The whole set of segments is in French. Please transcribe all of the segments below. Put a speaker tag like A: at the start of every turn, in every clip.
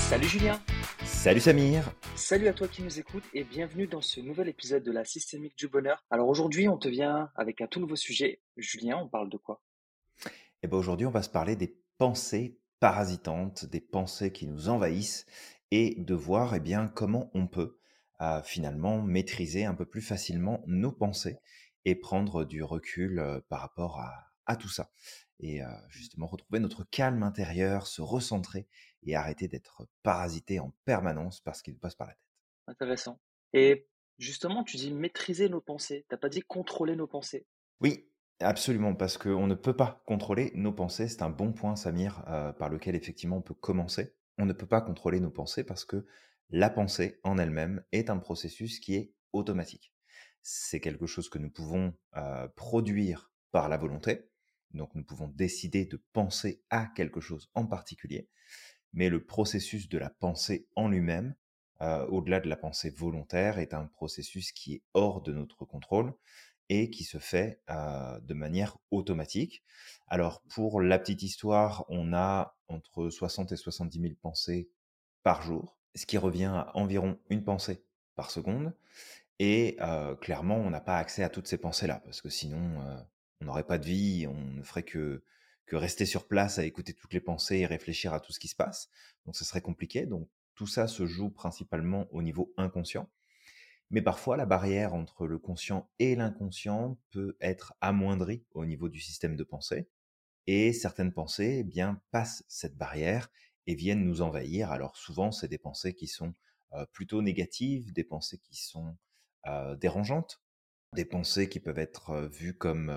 A: Salut Julien,
B: Salut Samir.
A: salut à toi qui nous écoutes et bienvenue dans ce nouvel épisode de la Systémique du Bonheur. Alors aujourd'hui, on te vient avec un tout nouveau sujet. Julien, on parle de quoi?
B: Et ben aujourd'hui, on va se parler des pensées parasitantes, des pensées qui nous envahissent et de voir bien comment on peut finalement maîtriser un peu plus facilement nos pensées et prendre du recul par rapport à tout ça. Et justement retrouver notre calme intérieur, se recentrer et arrêter d'être parasité en permanence par ce qui nous passe par la tête.
A: Intéressant. Et justement, tu dis maîtriser nos pensées. T'as pas dit contrôler nos pensées.
B: Oui, absolument, parce qu'on ne peut pas contrôler nos pensées. C'est un bon point, Samir, par lequel effectivement on peut commencer. On ne peut pas contrôler nos pensées parce que la pensée en elle-même est un processus qui est automatique. C'est quelque chose que nous pouvons produire par la volonté. Donc nous pouvons décider de penser à quelque chose en particulier. Mais le processus de la pensée en lui-même, au-delà de la pensée volontaire, est un processus qui est hors de notre contrôle et qui se fait de manière automatique. Alors pour la petite histoire, on a entre 60 et 70 000 pensées par jour, ce qui revient à environ une pensée par seconde. Et clairement, on n'a pas accès à toutes ces pensées-là, parce que sinon, on n'aurait pas de vie, on ne ferait que rester sur place à écouter toutes les pensées et réfléchir à tout ce qui se passe. Donc ce serait compliqué. Donc tout ça se joue principalement au niveau inconscient. Mais parfois, la barrière entre le conscient et l'inconscient peut être amoindrie au niveau du système de pensée. Et certaines pensées, passent cette barrière et viennent nous envahir. Alors souvent, c'est des pensées qui sont plutôt négatives, des pensées qui sont dérangeantes, des pensées qui peuvent être vues comme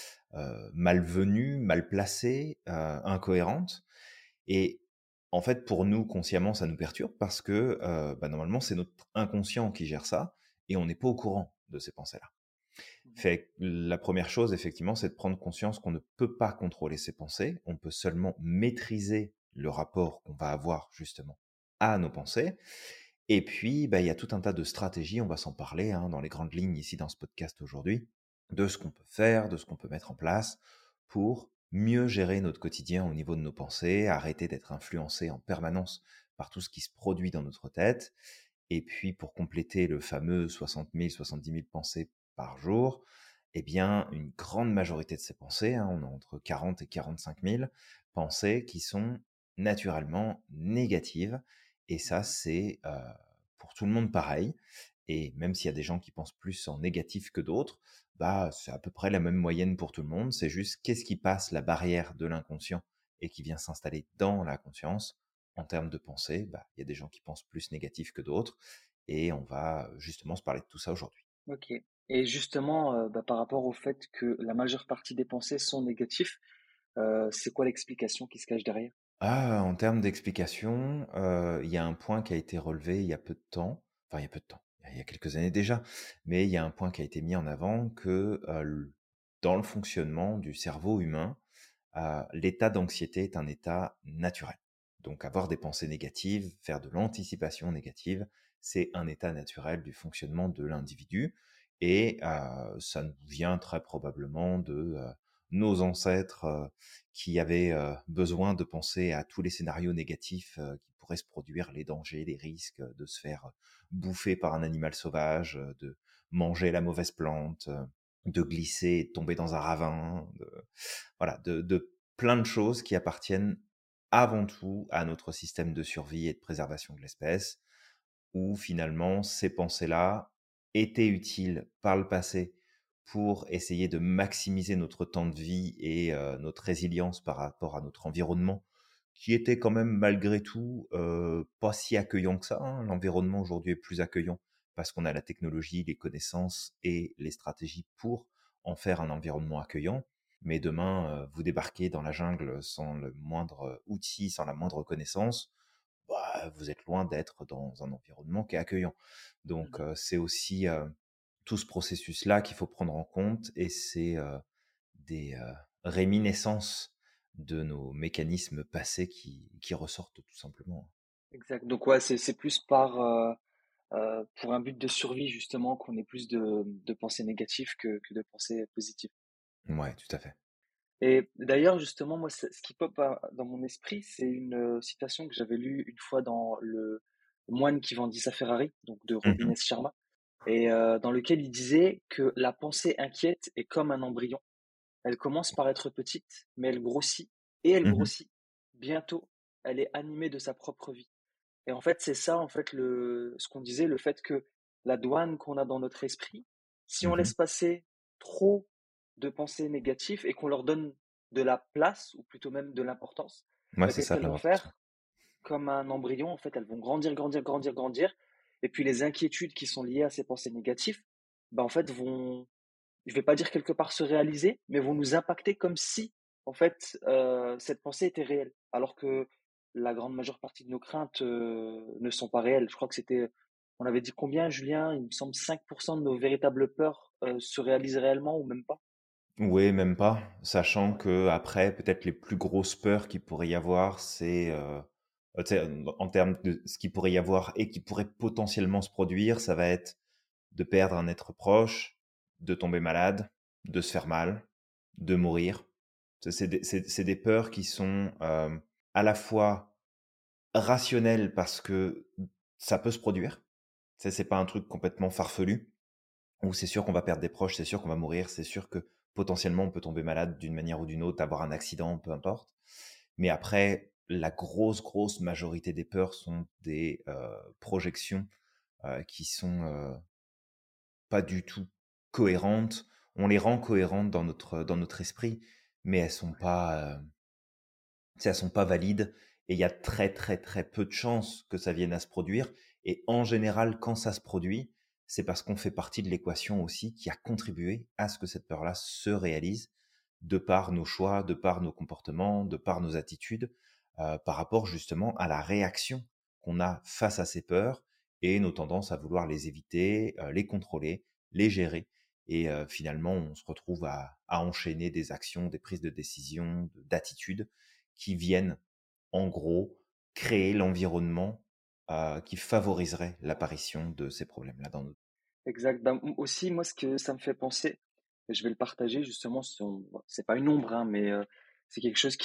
B: malvenues, mal placées, incohérentes. Et en fait, pour nous, consciemment, ça nous perturbe parce que normalement, c'est notre inconscient qui gère ça et on n'est pas au courant de ces pensées-là.
A: Mhm.
B: Fait que la première chose, effectivement, c'est de prendre conscience qu'on ne peut pas contrôler ses pensées. On peut seulement maîtriser le rapport qu'on va avoir justement à nos pensées. Et puis, il y a tout un tas de stratégies, on va s'en parler dans les grandes lignes ici dans ce podcast aujourd'hui, de ce qu'on peut faire, de ce qu'on peut mettre en place pour mieux gérer notre quotidien au niveau de nos pensées, arrêter d'être influencé en permanence par tout ce qui se produit dans notre tête. Et puis, pour compléter le fameux 60 000, 70 000 pensées par jour, une grande majorité de ces pensées, on a entre 40 et 45 000 pensées qui sont naturellement négatives. Et ça,
A: Mhm.
B: c'est pour tout le monde pareil. Et même s'il y a des gens qui pensent plus en négatif que d'autres, c'est à peu près la même moyenne pour tout le monde. C'est juste qu'est-ce qui passe la barrière de l'inconscient et qui vient s'installer dans la conscience. En termes de pensée, il y a des gens qui pensent plus négatif que d'autres. Et on va justement se parler de tout ça aujourd'hui.
A: Ok. Et justement, par rapport au fait que la majeure partie des pensées sont négatives, c'est quoi l'explication qui se cache derrière?
B: Ah, en termes d'explication, il y a un point qui a été relevé il y a peu de temps, enfin il y a peu de temps, il y a quelques années déjà, mais il y a un point qui a été mis en avant que, dans le fonctionnement du cerveau humain, l'état d'anxiété est un état naturel. Donc avoir des pensées négatives, faire de l'anticipation négative, c'est un état naturel du fonctionnement de l'individu et ça nous vient très probablement de, nos ancêtres, qui avaient besoin de penser à tous les scénarios négatifs qui pourraient se produire, les dangers, les risques de se faire bouffer par un animal sauvage, de manger la mauvaise plante, de glisser et de tomber dans un ravin, de plein de choses qui appartiennent avant tout à notre système de survie et de préservation de l'espèce, où finalement ces pensées-là étaient utiles par le passé pour essayer de maximiser notre temps de vie et notre résilience par rapport à notre environnement, qui était quand même malgré tout pas si accueillant que ça, hein. L'environnement aujourd'hui est plus accueillant parce qu'on a la technologie, les connaissances et les stratégies pour en faire un environnement accueillant. Mais demain, vous débarquez dans la jungle sans le moindre outil, sans la moindre connaissance, vous êtes loin d'être dans un environnement qui est accueillant. Donc,
A: Mhm.
B: c'est aussi tout ce processus-là qu'il faut prendre en compte et c'est des réminiscences de nos mécanismes passés qui ressortent tout simplement.
A: Exact. Donc ouais, c'est plus pour un but de survie justement qu'on ait plus de pensées négatives que de pensées positives.
B: Ouais, tout à fait.
A: Et d'ailleurs, justement, moi, ce qui pop dans mon esprit, c'est une citation que j'avais lue une fois dans Le Moine qui vendit sa Ferrari, donc de Robin
B: Mmh.
A: S. Sharma, et dans lequel il disait que la pensée inquiète est comme un embryon. Elle commence par être petite, mais elle grossit, et elle
B: Mmh.
A: grossit. Bientôt, elle est animée de sa propre vie. Et en fait, c'est ça, en fait, ce qu'on disait, le fait que la douane qu'on a dans notre esprit, si on
B: Mmh.
A: laisse passer trop de pensées négatives et qu'on leur donne de la place, ou plutôt même de l'importance,
B: Ouais,
A: bah,
B: c'est
A: qu'est-ce
B: ça,
A: qu'elles
B: de
A: vont
B: l'importance, ouais.
A: faire? Comme un embryon, en fait, elles vont grandir, grandir, grandir, grandir. Et puis les inquiétudes qui sont liées à ces pensées négatives, bah, en fait, je vais pas dire quelque part se réaliser, mais vont nous impacter comme si, en fait, cette pensée était réelle. Alors que la grande majeure partie de nos craintes ne sont pas réelles. Je crois que on avait dit combien, Julien? Il me semble 5% de nos véritables peurs se réalisent réellement ou même pas.
B: Ouais, même pas, sachant
A: Ouais,
B: que après peut-être les plus grosses peurs qu'il pourrait y avoir, c'est, tu sais, en termes de ce qu'il pourrait y avoir et qui pourrait potentiellement se produire, ça va être de perdre un être proche, de tomber malade, de se faire mal, de mourir. C'est des peurs qui sont, à la fois rationnelles parce que ça peut se produire. Tu sais, c'est pas un truc complètement farfelu. Où c'est sûr qu'on va perdre des proches, c'est sûr qu'on va mourir, c'est sûr que potentiellement on peut tomber malade d'une manière ou d'une autre, avoir un accident, peu importe. Mais après, la grosse, grosse majorité des peurs sont des projections qui sont pas du tout cohérentes. On les rend cohérentes dans notre esprit, mais elles sont pas valides et il y a très, très, très peu de chances que ça vienne à se produire. Et en général, quand ça se produit, c'est parce qu'on fait partie de l'équation aussi qui a contribué à ce que cette peur-là se réalise de par nos choix, de par nos comportements, de par nos attitudes, par rapport justement à la réaction qu'on a face à ces peurs et nos tendances à vouloir les éviter, les contrôler, les gérer. Et finalement, on se retrouve à enchaîner des actions, des prises de décision, d'attitudes qui viennent, en gros, créer l'environnement qui favoriserait l'apparition de ces problèmes-là dans notre
A: exact. Ben, aussi, moi, ce que ça me fait penser, et je vais le partager justement, bon, c'est pas une ombre, hein, mais c'est quelque chose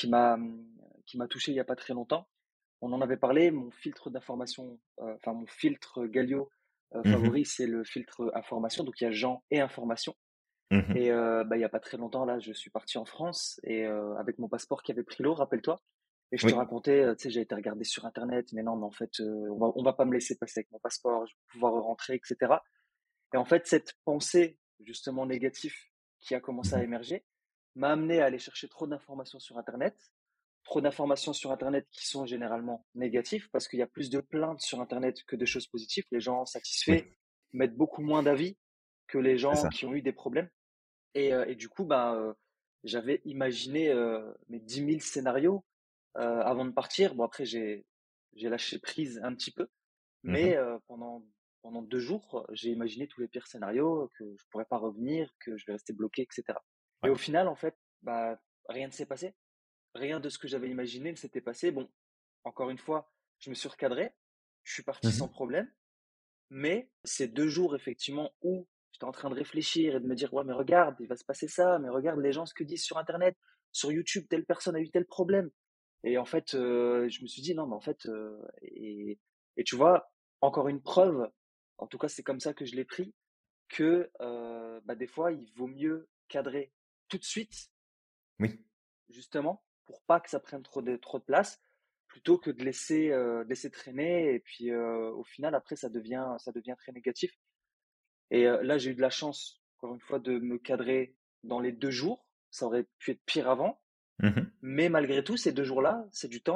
A: qui m'a touché il y a pas très longtemps. On en avait parlé, mon filtre d'information, enfin mon filtre Galio
B: vie.
A: favori, c'est le filtre information. Donc il y a gens et information.
B: Mmh.
A: Et bah, il y a pas très longtemps, là, je suis parti en France et avec mon passeport qui avait pris l'eau, rappelle-toi. Et je te
B: Oui.
A: racontais, tu sais, j'ai été regarder sur Internet, mais non, mais en fait, on va pas me laisser passer avec mon passeport, je vais pouvoir rentrer, etc. Et en fait, cette pensée justement négative qui a commencé à
B: Mmh.
A: émerger m'a amené à aller chercher trop d'informations sur Internet, trop d'informations sur Internet qui sont généralement négatives parce qu'il y a plus de plaintes sur Internet que de choses positives. Les gens
B: Oui,
A: satisfaits mettent beaucoup moins d'avis que les
B: c'est
A: gens
B: ça.
A: qui ont eu des problèmes. Et du coup, bah, j'avais imaginé mes 10 000 scénarios avant de partir. Bon, après, j'ai lâché prise un petit peu,
B: Mmh.
A: mais pendant 2 jours, j'ai imaginé tous les pires scénarios, que je pourrais pas revenir, que je vais rester bloqué, etc. Et
B: Ouais.
A: au final, en fait, bah, rien ne s'est passé. Rien de ce que j'avais imaginé ne s'était passé. Bon, encore une fois, je me suis recadré, je suis parti
B: Mmh.
A: sans problème, mais ces 2 jours, effectivement, où j'étais en train de réfléchir et de me dire, ouais, mais regarde, il va se passer ça, mais regarde les gens ce que disent sur Internet, sur YouTube, telle personne a eu tel problème. Et en fait, je me suis dit, non, mais en fait, et tu vois, encore une preuve, en tout cas, c'est comme ça que je l'ai pris, que bah, des fois, il vaut mieux cadrer tout de suite,
B: Oui,
A: justement, pour pas que ça prenne trop de place, plutôt que de laisser traîner. Et puis, au final, après, ça devient très négatif. Et là, j'ai eu de la chance, encore une fois, de me cadrer dans les 2 jours. Ça aurait pu être pire avant.
B: mmh,
A: Mais malgré tout, ces 2 jours-là,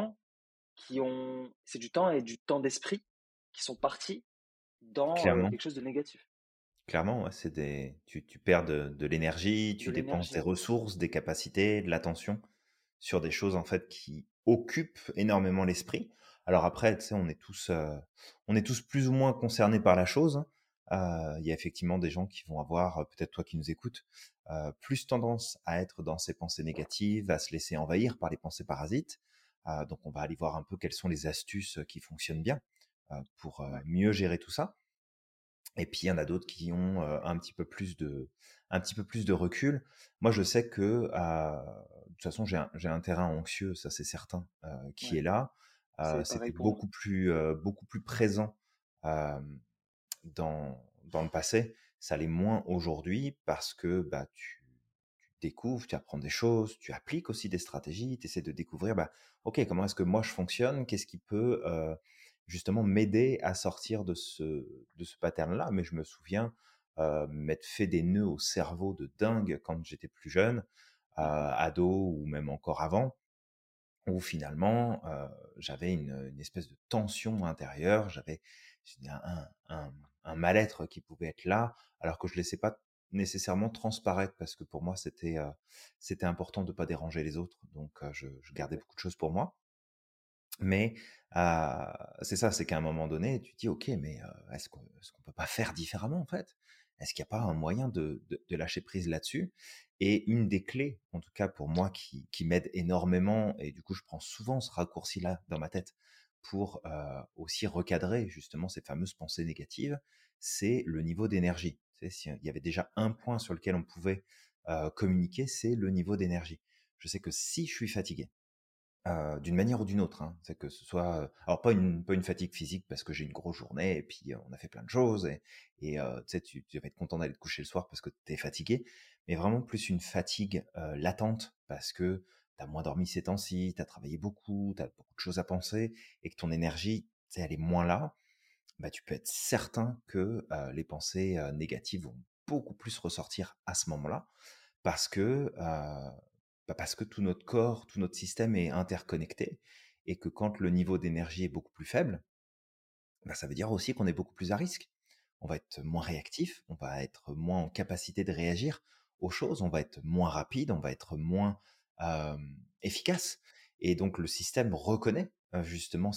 A: c'est du temps et du temps d'esprit qui sont partis dans
B: clairement.
A: quelque chose de négatif.
B: Clairement, ouais, tu perds de l'énergie,
A: De
B: tu dépenses des
A: l'énergie.
B: ressources, des capacités, de l'attention sur des choses, en fait, qui occupent énormément l'esprit. Alors après, tu sais, on est tous plus ou moins concernés par la chose, hein. Il y a effectivement des gens qui vont avoir, peut-être toi qui nous écoutes, plus tendance à être dans ces pensées négatives, à se laisser envahir par les pensées parasites. Donc on va aller voir un peu quelles sont les astuces, qui fonctionnent bien, pour,
A: Ouais,
B: mieux gérer tout ça. Et puis, il y en a d'autres qui ont un petit peu plus de recul. Moi, je sais que, de toute façon, j'ai un terrain anxieux, ça c'est certain, qui
A: Ouais,
B: est là.
A: c'est pareil
B: C'était
A: pour moi.
B: beaucoup plus présent dans le passé. Ça l'est moins aujourd'hui parce que bah, tu découvres, tu apprends des choses, tu appliques aussi des stratégies, tu essaies de découvrir, bah, ok, comment est-ce que moi je fonctionne, qu'est-ce qui peut justement m'aider à sortir de ce pattern-là. Mais je me souviens m'être fait des nœuds au cerveau de dingue quand j'étais plus jeune,
A: Mhm.
B: ado ou même encore avant, où finalement j'avais une espèce de tension intérieure, j'avais un mal-être qui pouvait être là, alors que je ne laissais pas nécessairement transparaître, parce que pour moi c'était important de ne pas déranger les autres, donc je gardais
A: Exact.
B: beaucoup de choses pour moi. Mais c'est ça, c'est qu'à un moment donné, tu te dis: «OK, mais est-ce qu'on peut pas faire différemment, en fait? Est-ce qu'il y a pas un moyen de lâcher prise là-dessus?» Et une des clés, en tout cas pour moi, qui m'aide énormément, et du coup, je prends souvent ce raccourci-là dans ma tête pour, aussi recadrer justement ces fameuses pensées négatives, c'est le niveau d'énergie. Tu sais, s'il y avait déjà un point sur lequel on pouvait, communiquer, c'est le niveau d'énergie. Je sais que si je suis fatigué, d'une manière ou d'une autre, hein. C'est que ce soit, alors pas une fatigue physique parce que j'ai une grosse journée et puis, on a fait plein de choses, tu sais, tu vas être content d'aller te coucher le soir parce que tu es fatigué, mais vraiment plus une fatigue, latente parce que tu as moins dormi ces temps-ci, tu as travaillé beaucoup, tu as beaucoup de choses à penser et que ton énergie, tu sais, elle est moins là. Bah, tu peux être certain que, les pensées, négatives vont beaucoup plus ressortir à ce moment-là parce que, parce que tout notre corps, tout notre système est interconnecté et que quand le niveau d'énergie est beaucoup plus faible, bah, ça veut dire aussi qu'on est beaucoup plus à risque. On va être moins réactif, on va être moins en capacité de réagir aux choses, on va être moins rapide, on va être moins efficace. Et donc le système reconnaît justement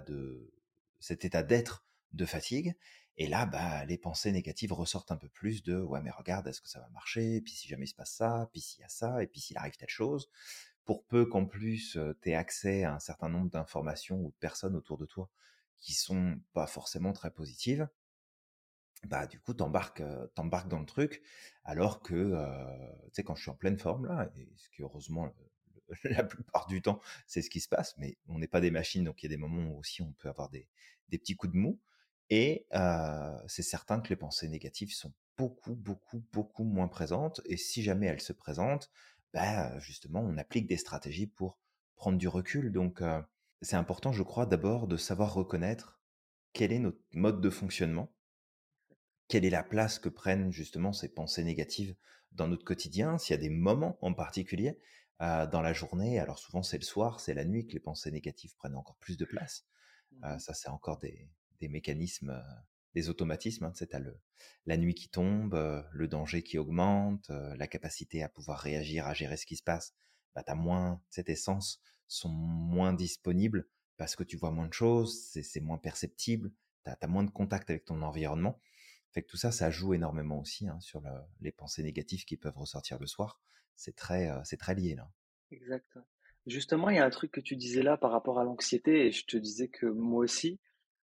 B: cet état d'être de fatigue. Et là, bah, les pensées négatives ressortent un peu plus de ouais, mais regarde, est-ce que ça va marcher? Et puis si jamais il se passe ça, puis s'il y a ça, et puis s'il arrive telle chose. Pour peu qu'en plus tu aies accès à un certain nombre d'informations ou de personnes autour de toi qui sont pas forcément très positives, bah, du coup, t'embarques dans le truc alors que, tu sais, quand je suis en pleine forme là, et ce qui heureusement, la plupart du temps, c'est ce qui se passe, mais on n'est pas des machines, donc il y a des moments où aussi on peut avoir des petits coups de mou. Et c'est certain que les pensées négatives sont beaucoup, beaucoup, beaucoup moins présentes. Et si jamais elles se présentent, bah, justement, on applique des stratégies pour prendre du recul. Donc, c'est important, je crois, d'abord de savoir reconnaître quel est notre mode de fonctionnement, quelle est la place que prennent justement ces pensées négatives dans notre quotidien, s'il y a des moments en particulier dans la journée, alors souvent c'est le soir, c'est la nuit que les pensées négatives prennent encore plus de place.
A: Mhm.
B: Ça, c'est encore des mécanismes, des automatismes, hein, tu sais, tu la nuit qui tombe, le danger qui augmente, la capacité à pouvoir réagir, à gérer ce qui se passe, bah, tu moins, tu sais, tes sens sont moins disponibles parce que tu vois moins de choses, c'est moins perceptible, tu as moins de contact avec ton environnement. Fait que tout ça, ça joue énormément aussi hein, sur les pensées négatives qui peuvent ressortir le soir. C'est très lié là.
A: Exact. Justement, il y a un truc que tu disais là par rapport à l'anxiété, et je te disais que moi aussi,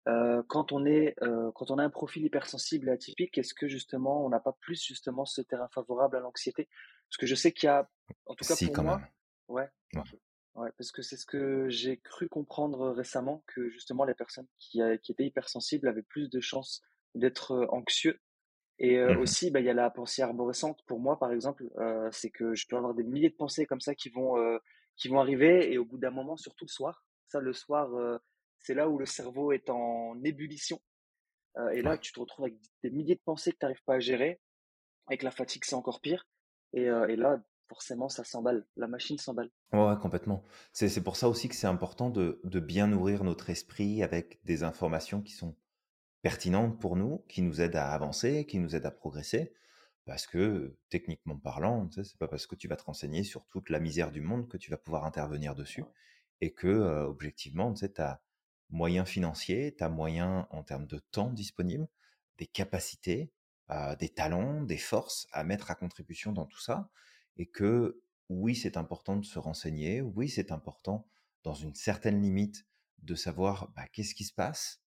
A: quand on a un profil hypersensible et atypique, est-ce que justement on n'a pas plus justement ce terrain favorable à l'anxiété? Parce que je sais qu'il y a, en tout cas
B: Si,
A: pour
B: quand
A: moi,
B: même.
A: ouais,
B: Ouais.
A: ok, ouais, parce que c'est ce que j'ai cru comprendre récemment, que justement les personnes qui étaient hypersensibles avaient plus de chances d'être anxieux. Et
B: Mhm.
A: aussi, bah, il y a la pensée arborescente. Pour moi, par exemple, c'est que je peux avoir des milliers de pensées comme ça qui vont arriver, et au bout d'un moment, surtout le soir, ça, le soir, c'est là où le cerveau est en ébullition. Et là,
B: Ouais.
A: tu te retrouves avec des milliers de pensées que tu n'arrives pas à gérer. Avec la fatigue, c'est encore pire. Et là, forcément, ça s'emballe. La machine s'emballe.
B: Ouais, ouais, complètement. C'est pour ça aussi que c'est important de bien nourrir notre esprit avec des informations qui sont pertinentes pour nous, qui nous aident à avancer, qui nous aident à progresser. Parce que, techniquement parlant, tu sais, c'est pas parce que tu vas te renseigner sur toute la misère du monde que tu vas pouvoir intervenir dessus.
A: Ouais,
B: Et que, objectivement, tu sais, tu as moyens financiers, tu as moyens en termes de temps disponible, des capacités, des talents, des forces à mettre à contribution dans tout ça. Et que, oui, c'est important de se renseigner, oui, c'est important, dans une certaine limite, de savoir bah, qu'est-ce qui se passe,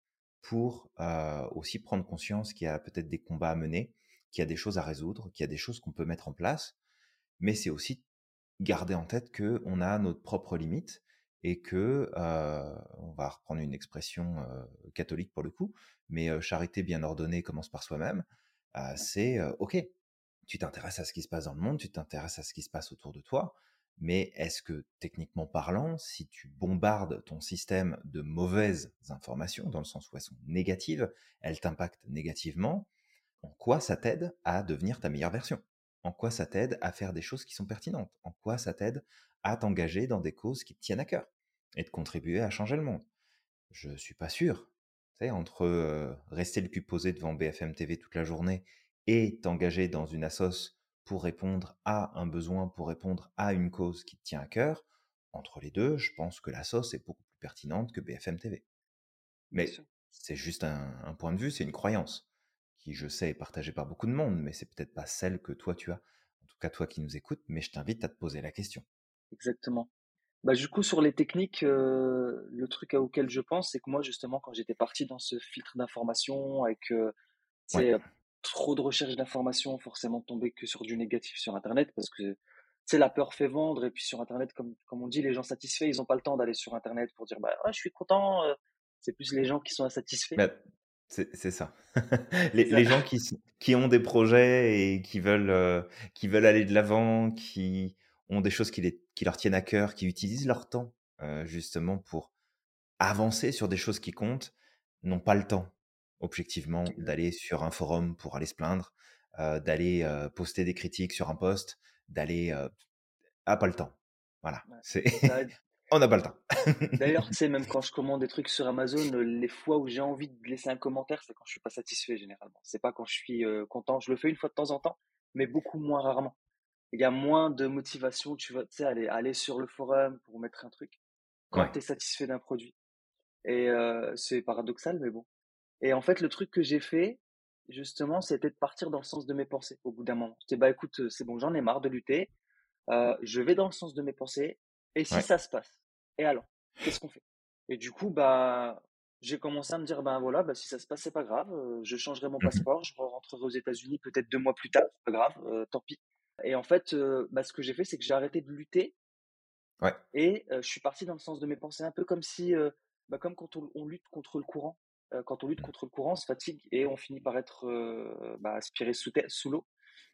B: pour aussi prendre conscience qu'il y a peut-être des combats à mener, qu'il y a des choses à résoudre, qu'il y a des choses qu'on peut mettre en place. Mais c'est aussi garder en tête qu'on a notre propre limite et que, on va reprendre une expression catholique pour le coup, mais charité bien ordonnée commence par soi-même.
A: Ouais,
B: C'est ok, tu t'intéresses à ce qui se passe dans le monde, tu t'intéresses à ce qui se passe autour de toi, mais est-ce que techniquement parlant, si tu bombardes ton système de mauvaises informations, dans le sens où elles sont négatives, elles t'impactent négativement, en quoi ça t'aide à devenir ta meilleure version? En quoi ça t'aide à faire des choses qui sont pertinentes? En quoi ça t'aide à t'engager dans des causes qui te tiennent à cœur et de contribuer à changer le monde? Je suis pas sûr. Tu sais, entre rester le cul posé devant BFM TV toute la journée et t'engager dans une assos pour répondre à un besoin, pour répondre à une cause qui te tient à cœur, entre les deux, je pense que la sauce est beaucoup plus pertinente que BFM TV.
A: bien
B: Mais
A: sûr.
B: c'est juste un point de vue, c'est une croyance qui, je sais, est partagée par beaucoup de monde, mais c'est peut-être pas celle que toi tu as. En tout cas, toi qui nous écoutes, mais je t'invite à te poser la question.
A: Exactement. Bah, du coup, sur les techniques, le truc auquel je pense, c'est que moi, justement, quand j'étais parti dans ce filtre d'information avec, tu
B: Ouais,
A: sais, trop de recherche d'informations, forcément tomber que sur du négatif sur internet parce que, tu sais, la peur fait vendre et puis sur internet, comme on dit, les gens satisfaits, ils ont pas le temps d'aller sur internet pour dire: «Bah, ouais, je suis content», c'est plus les gens qui sont insatisfaits.
B: bah, c'est ça.
A: C'est ça.
B: Les gens qui ont des projets et qui veulent aller de l'avant, qui ont des choses qui leur tiennent à cœur, qui utilisent leur temps justement pour avancer sur des choses qui comptent, n'ont pas le temps, objectivement, d'aller
A: Exactement.
B: sur un forum pour aller se plaindre, d'aller poster des critiques sur un post, d'aller pas le temps. Voilà,
A: Ouais.
B: c'est
A: Bah,
B: on n'a pas le temps.
A: d'ailleurs, tu sais, même quand je commande des trucs sur Amazon, les fois où j'ai envie de laisser un commentaire, c'est quand je suis pas satisfait généralement. C'est pas quand je suis, content. Je le fais une fois de temps en temps, mais beaucoup moins rarement. Il y a moins de motivation, tu vois, tu sais, aller sur le forum pour mettre un truc, quand
B: Ouais,
A: tu es satisfait d'un produit et c'est paradoxal, mais bon. Et en fait, le truc que j'ai fait, justement, c'était de partir dans le sens de mes pensées, au bout d'un moment. Je dis: «Bah, écoute, c'est bon, j'en ai marre de lutter, je vais dans le sens de mes pensées et si
B: ouais.
A: ça se passe? Et alors? Qu'est-ce qu'on fait?» Et du coup, bah, j'ai commencé à me dire: «Ben, voilà, bah, si ça se passe, c'est pas grave, je changerai mon
B: Mmh.
A: passeport, je rentrerai aux États-Unis peut-être 2 mois plus tard, c'est pas grave, tant pis». Et en fait, bah, ce que j'ai fait, c'est que j'ai arrêté de lutter
B: Ouais,
A: et je suis parti dans le sens de mes pensées, un peu comme si, bah, comme quand on lutte contre le courant. Quand on lutte contre le courant, on se fatigue et on finit par être, bah, aspiré sous l'eau.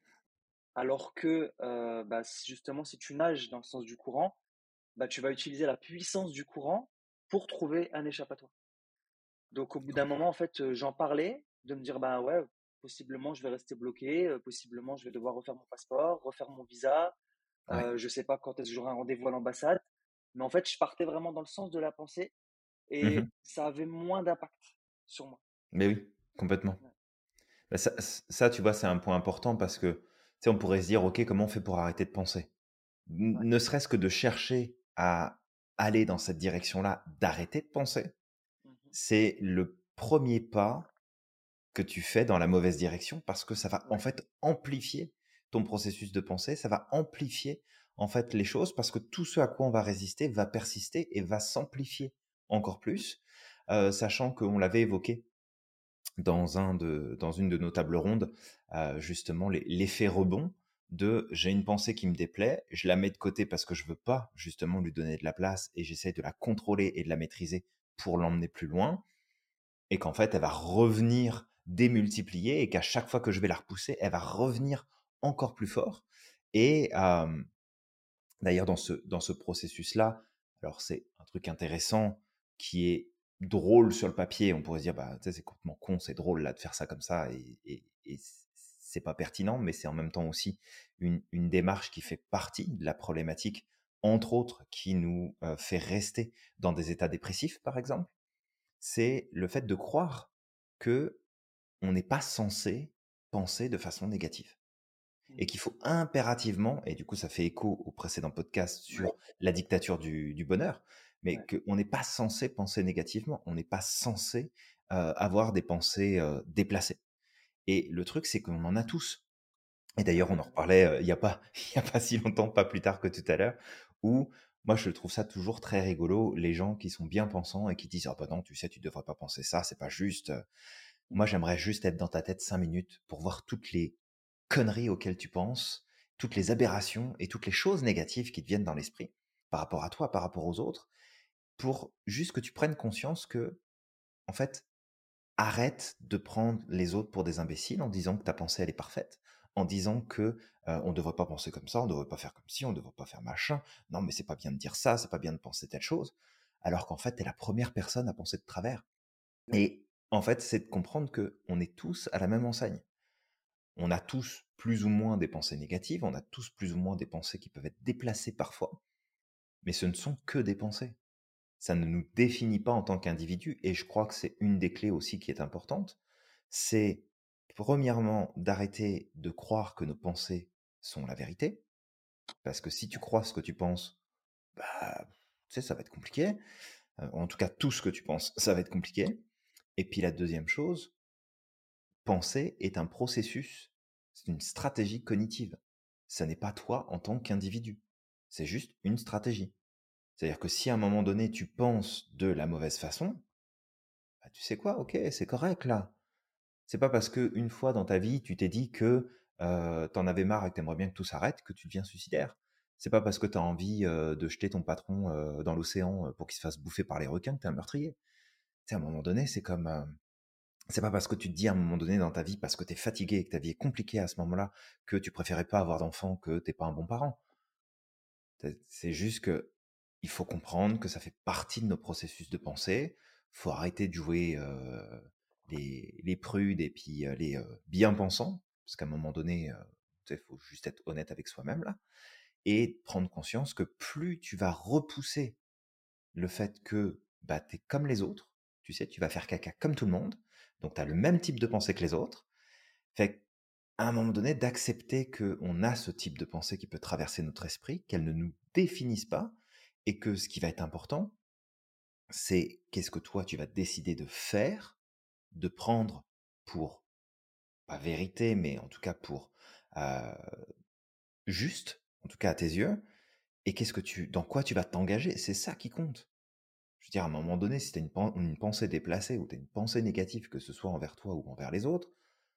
A: Alors que, bah, justement, si tu nages dans le sens du courant, bah, tu vas utiliser la puissance du courant pour trouver un échappatoire. Donc au bout d'un moment, en fait, j'en parlais, de me dire: «Ben, ouais, possiblement je vais rester bloqué, possiblement je vais devoir refaire mon passeport, refaire mon visa,
B: ouais.
A: je sais pas quand est-ce que j'aurai un rendez-vous à l'ambassade». Mais en fait, je partais vraiment dans le sens de la pensée
B: Mmh.
A: et ça avait moins d'impact sur moi.
B: Mais oui, complètement.
A: Ouais,
B: Bah, ça, tu vois, c'est un point important parce que, tu sais, on pourrait se dire: «OK, comment on fait pour arrêter de penser?»
A: ouais.
B: Ne serait-ce que de chercher à aller dans cette direction-là, d'arrêter de penser,
A: Mmh.
B: c'est le premier pas que tu fais dans la mauvaise direction parce que ça va, en
A: Ouais,
B: fait, amplifier ton processus de pensée, ça va amplifier, en fait, les choses parce que tout ce à quoi on va résister va persister et va s'amplifier encore plus, sachant qu'on l'avait évoqué dans une de nos tables rondes, justement l'effet rebond de: «J'ai une pensée qui me déplaît, je la mets de côté parce que je veux pas justement lui donner de la place et j'essaie de la contrôler et de la maîtriser pour l'emmener plus loin» et qu'en fait elle va revenir démultipliée et qu'à chaque fois que je vais la repousser, elle va revenir encore plus fort et d'ailleurs, dans ce processus-là, alors c'est un truc intéressant qui est drôle sur le papier. On pourrait se dire, bah, tu sais, c'est complètement con, c'est drôle là de faire ça comme ça et c'est pas pertinent, mais c'est en même temps aussi une démarche qui fait partie de la problématique, entre autres, qui nous fait rester dans des états dépressifs, par exemple. C'est le fait de croire que on n'est pas censé penser de façon négative et
A: mmh,
B: qu'il faut impérativement, et du coup ça fait écho au précédent podcast
A: ouais,
B: sur la dictature du bonheur, mais
A: ouais,
B: qu'on n'est pas censé penser négativement, on n'est pas censé avoir des pensées déplacées. Et le truc, c'est qu'on en a tous. Et d'ailleurs, on en
A: exactement.
B: reparlait il y a pas, il y a pas si longtemps, pas plus tard que tout à l'heure, où Moi, je trouve ça toujours très rigolo, les gens qui sont bien pensants et qui disent: «Ah bah non, tu sais, tu devrais pas penser ça, c'est pas juste». Moi, j'aimerais juste être dans ta tête 5 minutes pour voir toutes les conneries auxquelles tu penses, toutes les aberrations et toutes les choses négatives qui te viennent dans l'esprit, par rapport à toi, par rapport aux autres, pour juste que tu prennes conscience que, en fait, arrête de prendre les autres pour des imbéciles en disant que ta pensée, elle est parfaite, en disant que, on devrait pas penser comme ça, on devrait pas faire comme ci, on devrait pas faire machin. Non, mais c'est pas bien de dire ça, c'est pas bien de penser telle chose. Alors qu'en fait, tu es la première personne à penser de travers.
A: Ouais.
B: Et en fait, c'est de comprendre que on est tous à la même enseigne. On a tous plus ou moins des pensées négatives, on a tous plus ou moins des pensées qui peuvent être déplacées parfois, mais ce ne sont que des pensées. Ça ne nous définit pas en tant qu'individu et je crois que c'est une des clés aussi qui est importante. C'est premièrement d'arrêter de croire que nos pensées sont la vérité, parce que si tu crois ce que tu penses, bah, tu sais, ça va être compliqué. En tout cas, tout ce que tu penses, ça va être compliqué. Et puis la deuxième chose, penser est un processus, c'est une stratégie cognitive. Ça n'est pas toi en tant qu'individu. C'est juste une stratégie. C'est-à-dire que si à un moment donné tu penses de la mauvaise façon, bah, tu sais quoi, ok, c'est correct là. C'est pas parce que une fois dans ta vie tu t'es dit que t'en avais marre et que t'aimerais bien que tout s'arrête que tu deviens suicidaire. C'est pas parce que t'as envie de jeter ton patron dans l'océan pour qu'il se fasse bouffer par les requins que t'es un meurtrier. Tu sais, à un moment donné, c'est comme c'est pas parce que tu te dis à un moment donné dans ta vie, parce que tu es fatigué et que ta vie est compliquée à ce moment-là, que tu préférais pas avoir d'enfant, que t'es pas un bon parent. C'est juste que il faut comprendre que ça fait partie de nos processus de pensée. Faut arrêter de jouer les prudes et puis les bien pensants, parce qu'à un moment donné, il faut juste être honnête avec soi-même là, et prendre conscience que plus tu vas repousser le fait que bah, tu es comme les autres, tu sais, tu vas faire caca comme tout le monde, donc tu as le même type de pensée que les autres. Fait qu'à un moment donné, d'accepter qu'on a ce type de pensée qui peut traverser notre esprit, qu'elles ne nous définissent pas, et que ce qui va être important, c'est qu'est-ce que toi tu vas décider de faire, de prendre pour, pas vérité, mais en tout cas pour euh, juste, en tout cas à tes yeux, et dans quoi tu vas t'engager, c'est ça qui compte. Je veux dire, à un moment donné, si tu as une pensée déplacée ou tu as une pensée négative, que ce soit envers toi ou envers les autres,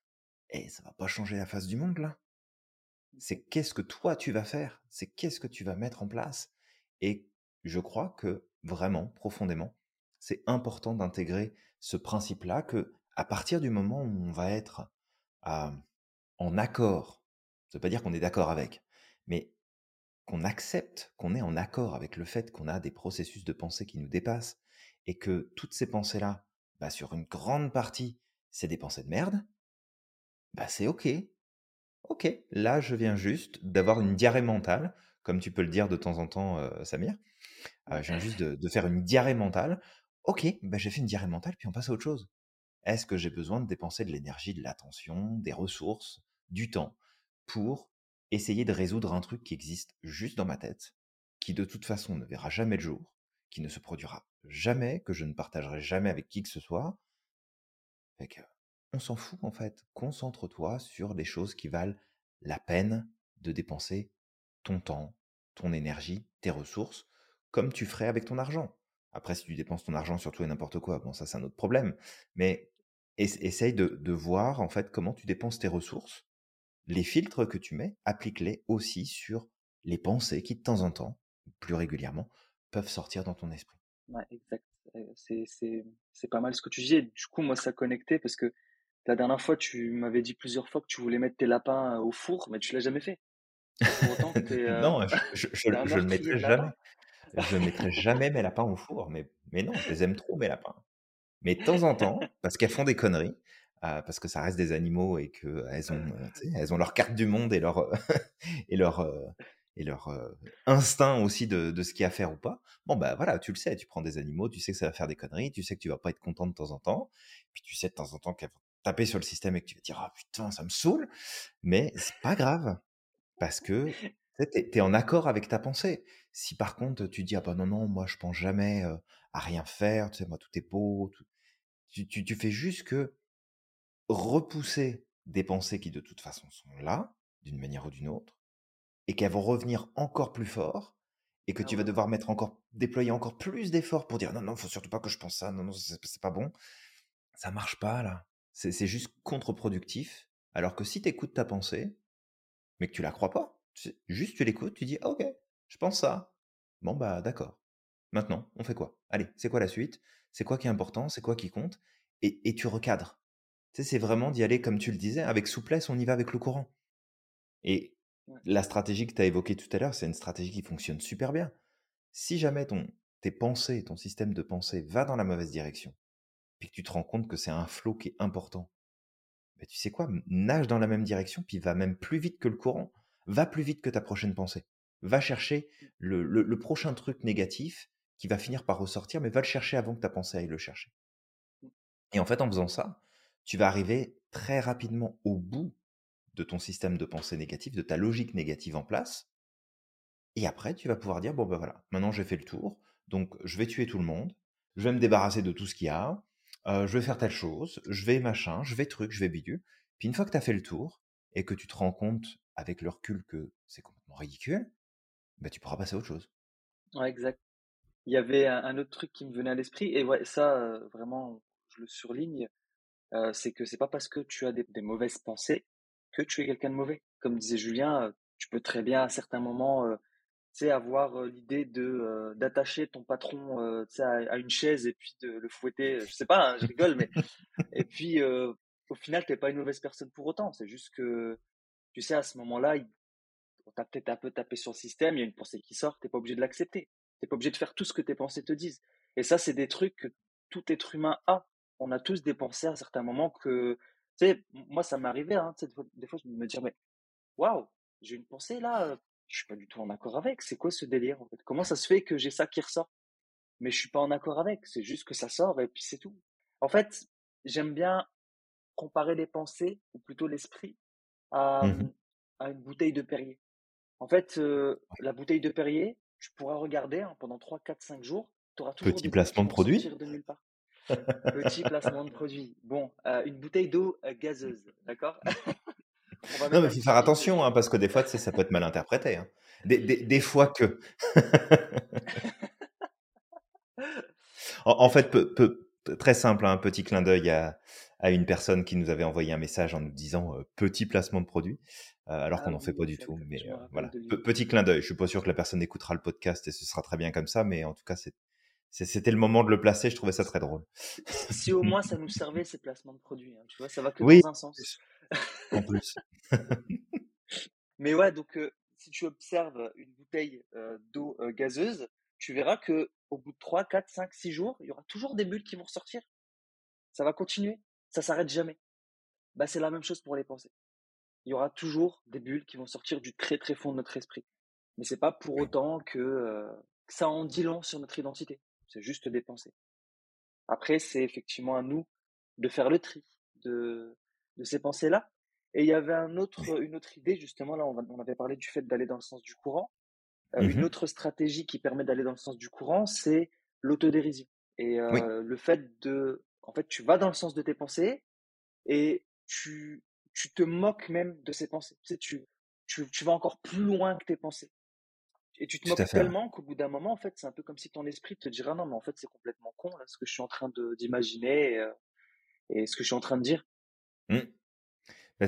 B: ça va pas changer la face du monde, là. C'est qu'est-ce que toi tu vas faire, c'est qu'est-ce que tu vas mettre en place. Et je crois que vraiment, profondément, c'est important d'intégrer ce principe-là que à partir du moment où on va être euh, en accord, ça veut pas dire qu'on est d'accord avec, mais qu'on accepte qu'on est en accord avec le fait qu'on a des processus de pensée qui nous dépassent et que toutes ces pensées-là, bah, sur une grande partie, c'est des pensées de merde, bah, c'est OK. OK, là, je viens juste d'avoir une diarrhée mentale, comme tu peux le dire de temps en temps, Samir.
A: Ouais.
B: Je viens juste de faire une diarrhée mentale. OK, bah, j'ai fait une diarrhée mentale, puis on passe à autre chose. Est-ce que j'ai besoin de dépenser de l'énergie, de l'attention, des ressources, du temps pour essayer de résoudre un truc qui existe juste dans ma tête, qui de toute façon ne verra jamais le jour, qui ne se produira jamais, que je ne partagerai jamais avec qui que ce soit? Fait que, on s'en fout en fait. Concentre-toi sur des choses qui valent la peine de dépenser ton temps, ton énergie, tes ressources, comme tu ferais avec ton argent. Après, si tu dépenses ton argent sur tout et n'importe quoi, bon, ça c'est un autre problème. Mais essaye de voir en fait comment tu dépenses tes ressources. Les filtres que tu mets, applique-les aussi sur les pensées qui de temps en temps, plus régulièrement, peuvent sortir dans ton esprit.
A: Ouais, exact. C'est pas mal ce que tu dis. Et du coup, moi, ça connectait parce que la dernière fois, tu m'avais dit plusieurs fois que tu voulais mettre tes lapins au four, mais tu l'as jamais fait. C'est pour autant que
B: Non,
A: t'es un
B: je le
A: meurtrier
B: mettrai
A: de
B: jamais.
A: lapins.
B: Je mettrai jamais mes lapins au four, mais non, je les aime trop mes lapins. Mais de temps en temps, parce qu'elles font des conneries, parce que ça reste des animaux et qu'elles ont, tu sais, elles ont leur carte du monde et leur, et leur, et leur, instinct aussi de ce qu'il y a à faire ou pas. Bon, bah, voilà, tu le sais, tu prends des animaux, tu sais que ça va faire des conneries, tu sais que tu vas pas être content de temps en temps, puis tu sais de temps en temps qu'elles vont taper sur le système et que tu vas te dire: «Ah putain, ça me saoule!» mais c'est pas grave. Parce que, tu sais, tu es en accord avec ta pensée. Si par contre tu dis: «Ah bah non, non, moi je pense jamais, à rien faire, tu sais, moi tout est beau, tout», tu fais juste que repousser des pensées qui de toute façon sont là, d'une manière ou d'une autre, et qu'elles vont revenir encore plus fort et que
A: Ah
B: tu vas
A: ouais, ouais.
B: devoir déployer encore plus d'efforts pour dire: «Non, non, faut surtout pas que je pense ça. Non, non, c'est pas bon». Ça marche pas là. C'est juste contre-productif. Alors que si tu écoutes ta pensée, mais que tu la crois pas, juste tu l'écoutes, tu dis: «Ah OK, je pense ça. Bon bah d'accord. Maintenant, on fait quoi? Allez, c'est quoi la suite? C'est quoi qui est
A: Mmh.
B: important? C'est quoi qui compte?» Et tu recadres. Tu sais, c'est vraiment d'y aller comme tu le disais, avec souplesse, on y va avec le courant. Et
A: Ouais.
B: la stratégie que tu as évoquée tout à l'heure, c'est une stratégie qui fonctionne super bien. Si jamais tes pensées, ton système de pensée va dans la mauvaise direction, puis que tu te rends compte que c'est un flow qui est important, bah, tu sais quoi? Nage dans la même direction, puis va même plus vite que le courant. Va plus vite que ta prochaine pensée. Va chercher le prochain truc négatif qui va finir par ressortir, mais va le chercher avant que ta pensée aille le chercher.
A: Mmh.
B: Et en fait, en faisant ça, tu vas arriver très rapidement au bout de ton système de pensée négatif, de ta logique négative en place. Et après, tu vas pouvoir dire: «Bon, ben voilà, maintenant j'ai fait le tour, donc je vais tuer tout le monde, je vais me débarrasser de tout ce qu'il y a, je vais faire telle chose, je vais machin, je vais truc, je vais bidule». Puis une fois que tu as fait le tour et que tu te rends compte avec le recul que c'est complètement ridicule, bah, tu pourras passer à autre chose.
A: Ouais, exact. Il y avait un autre truc qui me venait à l'esprit et ouais, ça, vraiment, je le surligne, c'est que c'est pas parce que tu as des mauvaises pensées que tu es quelqu'un de mauvais. Comme disait Julien, tu peux très bien à certains moments, tu sais, avoir, l'idée d'attacher ton patron, tu sais, à une chaise et puis de le fouetter, je sais pas, hein, je rigole, mais et puis, au final, tu es pas une mauvaise personne pour autant. C'est juste que, tu sais, à ce moment-là, on t'a peut-être un peu tapé sur le système, il y a une pensée qui sort, tu es pas obligé de l'accepter. Tu es pas obligé de faire tout ce que tes pensées te disent et ça, c'est des trucs que tout être humain a. On a tous des pensées à certains moments que tu sais, moi, ça m'est arrivé, hein, tu sais, des fois, je me dis: «Mais waouh, j'ai une pensée là, je suis pas du tout en accord avec. C'est quoi ce délire, en fait? Comment ça se fait que j'ai ça qui ressort?» Mais je suis pas en accord avec, c'est juste que ça sort et puis c'est tout. En fait, j'aime bien comparer les pensées, ou plutôt l'esprit, à,
B: Mmh.
A: à une bouteille de Perrier. En fait, la bouteille de Perrier, tu pourras regarder, hein, pendant 3, 4, 5 jours, tu auras toujours
B: Petit
A: des bulles qui
B: placement de
A: vont
B: produit?
A: sortir de nulle part. Petit placement de produit. Bon, une bouteille d'eau, gazeuse, d'accord? On va
B: Non,
A: mettre
B: mais
A: un
B: il faut
A: petit
B: faire
A: bip
B: attention,
A: dessus.
B: hein, parce que des fois, tu sais, ça peut être mal interprété, hein. Des fois que. En fait, très simple, hein, un petit clin d'œil à une personne qui nous avait envoyé un message en nous disant petit placement de produit, alors qu'on
A: Ah
B: n'en fait pas
A: oui,
B: du tout.
A: exact,
B: Mais
A: je me rappelle
B: voilà,
A: de lui.
B: petit clin d'œil. Je suis pas sûr que la personne écoutera le podcast et ce sera très bien comme ça, mais en tout cas, c'était le moment de le placer. Je trouvais ça très drôle.
A: Si au moins ça nous servait ces placements de produits, hein, tu vois? Ça va que
B: Oui,
A: dans un sens.
B: en plus.
A: Mais ouais, donc si tu observes une bouteille, d'eau, gazeuse, tu verras que au bout de 3, 4, 5, 6 jours, il y aura toujours des bulles qui vont ressortir. Ça va continuer, ça s'arrête jamais. Bah, c'est la même chose pour les pensées. Il y aura toujours des bulles qui vont sortir du très, très fond de notre esprit. Mais c'est pas pour autant que ça en dit long sur notre identité. C'est juste des pensées. Après, c'est effectivement à nous de faire le tri de de ces pensées-là. Et il y avait une autre idée justement là, on avait parlé du fait d'aller dans le sens du courant. Une
B: Mhm.
A: autre stratégie qui permet d'aller dans le sens du courant, c'est l'autodérision et
B: Oui,
A: le fait en fait, tu vas dans le sens de tes pensées et tu te moques même de ces pensées. Tu sais, tu vas encore plus loin que tes pensées et tu te
B: tout à
A: moques
B: fait. Ouais.
A: tellement qu'au bout d'un moment, en fait, c'est un peu comme si ton esprit te dirait: «Non, mais en fait, c'est complètement con là, ce que je suis en train de d'imaginer et ce que je suis en train de dire».
B: Mm. Bah,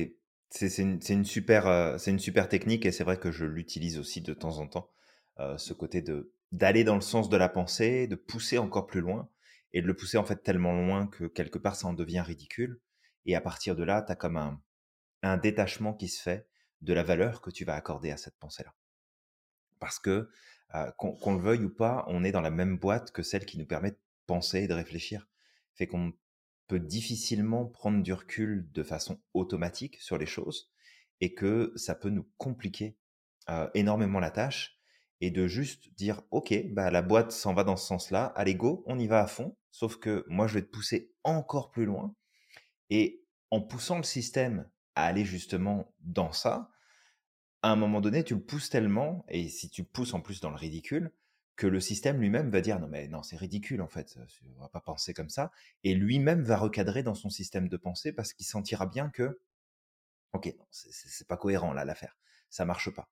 B: c'est une super technique et c'est vrai que je l'utilise aussi de temps en temps. Ce côté d'aller dans le sens de la pensée, de pousser encore plus loin et de le pousser en fait tellement loin que quelque part ça en devient ridicule. Et à partir de là, tu as comme un détachement qui se fait de la valeur que tu vas accorder à cette pensée-là. Parce que qu'on le veuille ou pas, on est dans la même boîte que celle qui nous permet de penser et de réfléchir. Fait qu'on peut difficilement prendre du recul de façon automatique sur les choses et que ça peut nous compliquer énormément la tâche et de juste dire ok, bah la boîte s'en va dans ce sens-là, allez go, on y va à fond. Sauf que moi je vais te pousser encore plus loin et en poussant le système à aller justement dans ça, à un moment donné, tu le pousses tellement, et si tu le pousses en plus dans le ridicule, que le système lui-même va dire non mais non c'est ridicule en fait, on va pas penser comme ça, et lui-même va recadrer dans son système de pensée parce qu'il sentira bien que ok non, c'est pas cohérent là l'affaire, ça marche pas.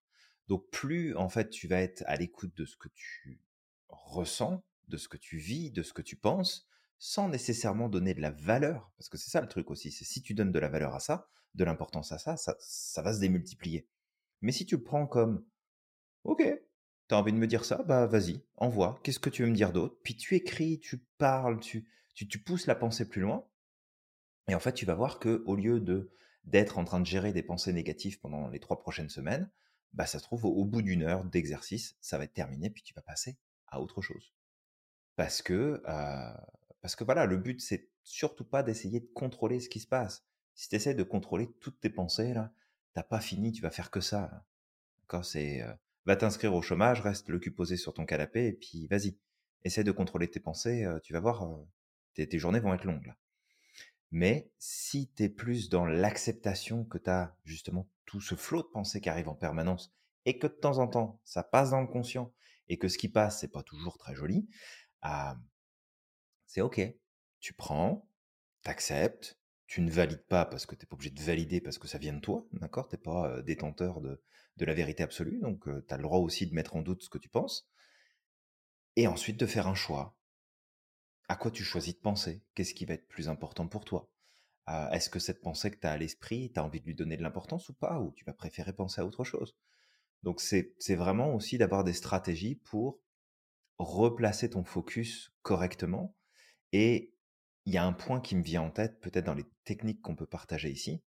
B: Donc plus en fait tu vas être à l'écoute de ce que tu ressens, de ce que tu vis, de ce que tu penses, sans nécessairement donner de la valeur, parce que c'est ça le truc aussi, c'est si tu donnes de la valeur à ça, de l'importance à ça, ça va se démultiplier. Mais si tu le prends comme OK, t'as envie de me dire ça, bah vas-y, envoie. Qu'est-ce que tu veux me dire d'autre? Puis tu écris, tu parles, tu pousses la pensée plus loin. Et en fait, tu vas voir que au lieu d'être en train de gérer des pensées négatives pendant les 3 prochaines semaines, bah ça se trouve au bout d'une heure d'exercice, ça va être terminé, puis tu vas passer à autre chose. Parce que, voilà, le but, c'est surtout pas d'essayer de contrôler ce qui se passe. Si tu essaies de contrôler toutes tes pensées là, tu pas fini, tu vas faire que ça, là. D'accord? Va t'inscrire au chômage, reste le cul posé sur ton canapé et puis vas-y. Essaie de contrôler tes pensées, tu vas voir, tes journées vont être longues là. Mais si tu es plus dans l'acceptation que tu as justement tout ce flot de pensées qui arrive en permanence et que de temps en temps, ça passe dans le conscient et que ce qui passe, c'est pas toujours très joli, ah, c'est OK. Tu prends, t'acceptes, tu ne valides pas parce que tu es pas obligé de valider parce que ça vient de toi, d'accord? Tu pas, détenteur de la vérité absolue, donc tu as le droit aussi de mettre en doute ce que tu penses et ensuite de faire un choix. À quoi tu choisis de penser? Qu'est-ce qui va être plus important pour toi? Est-ce que cette pensée que tu as à l'esprit, tu as envie de lui donner de l'importance ou pas? Ou tu vas préférer penser à autre chose? Donc c'est vraiment aussi d'avoir des stratégies pour replacer ton focus correctement. Et il y a un point qui me vient en tête, peut-être dans les techniques qu'on peut partager ici,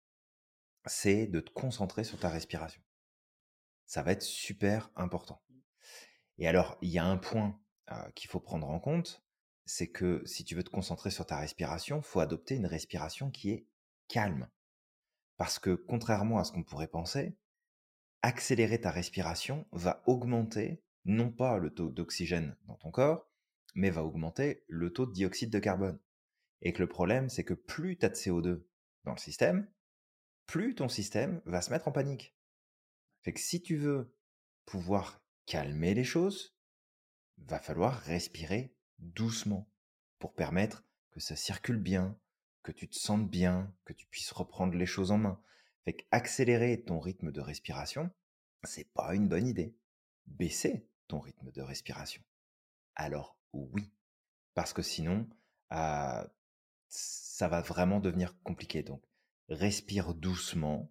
B: c'est de te concentrer sur ta respiration. Ça va être super important. Et alors, il y a un point qu'il faut prendre en compte, c'est que si tu veux te concentrer sur ta respiration, il faut adopter une respiration qui est calme. Parce que contrairement à ce qu'on pourrait penser, accélérer ta respiration va augmenter non pas le taux d'oxygène dans ton corps, mais va augmenter le taux de dioxyde de carbone. Et que le problème, c'est que plus tu as de CO2 dans le système, plus ton système va se mettre en panique. Fait que si tu veux pouvoir calmer les choses, va falloir respirer doucement pour permettre que ça circule bien, que tu te sentes bien, que tu puisses reprendre les choses en main. Fait qu'accélérer ton rythme de respiration, c'est pas une bonne idée. Baisser ton rythme de respiration. Alors oui, parce que sinon, euh, ça va vraiment devenir compliqué. Donc, respire doucement,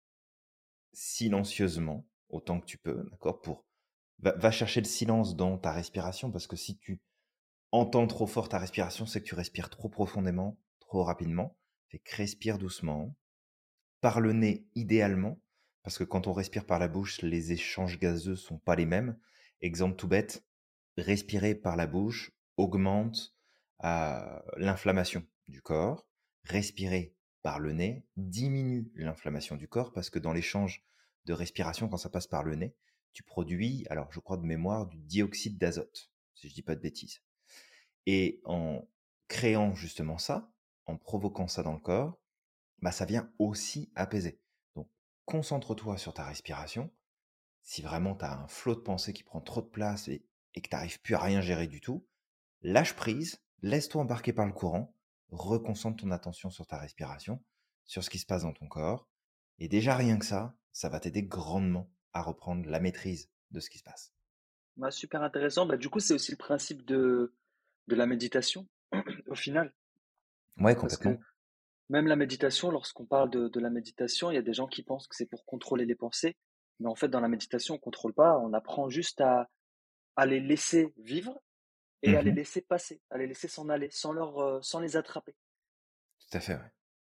B: silencieusement, autant que tu peux, d'accord? Va chercher le silence dans ta respiration, parce que si tu entends trop fort ta respiration, c'est que tu respires trop profondément, trop rapidement. Fait que respire doucement, par le nez idéalement, parce que quand on respire par la bouche, les échanges gazeux sont pas les mêmes. Exemple tout bête, respirer par la bouche augmente l'inflammation du corps. Respirer par le nez diminue l'inflammation du corps parce que dans l'échange de respiration, quand ça passe par le nez, tu produis, alors je crois de mémoire, du dioxyde d'azote, si je dis pas de bêtises. Et en créant justement ça, en provoquant ça dans le corps, bah, ça vient aussi apaiser. Donc, concentre-toi sur ta respiration. Si vraiment tu as un flot de pensée qui prend trop de place et que tu n'arrives plus à rien gérer du tout, lâche prise, laisse-toi embarquer par le courant, reconcentre ton attention sur ta respiration, sur ce qui se passe dans ton corps. Et déjà rien que ça va t'aider grandement à reprendre la maîtrise de ce qui se passe.
A: Bah, super intéressant. Bah, du coup, c'est aussi le principe de la méditation, au final.
B: Ouais,
A: Parce que
B: complètement.
A: même la méditation, lorsqu'on parle de la méditation, il y a des gens qui pensent que c'est pour contrôler les pensées. Mais en fait, dans la méditation, on contrôle pas. On apprend juste à les laisser vivre et à les
B: Mhm.
A: laisser passer, à les laisser s'en aller, sans les attraper.
B: Tout à fait, ouais.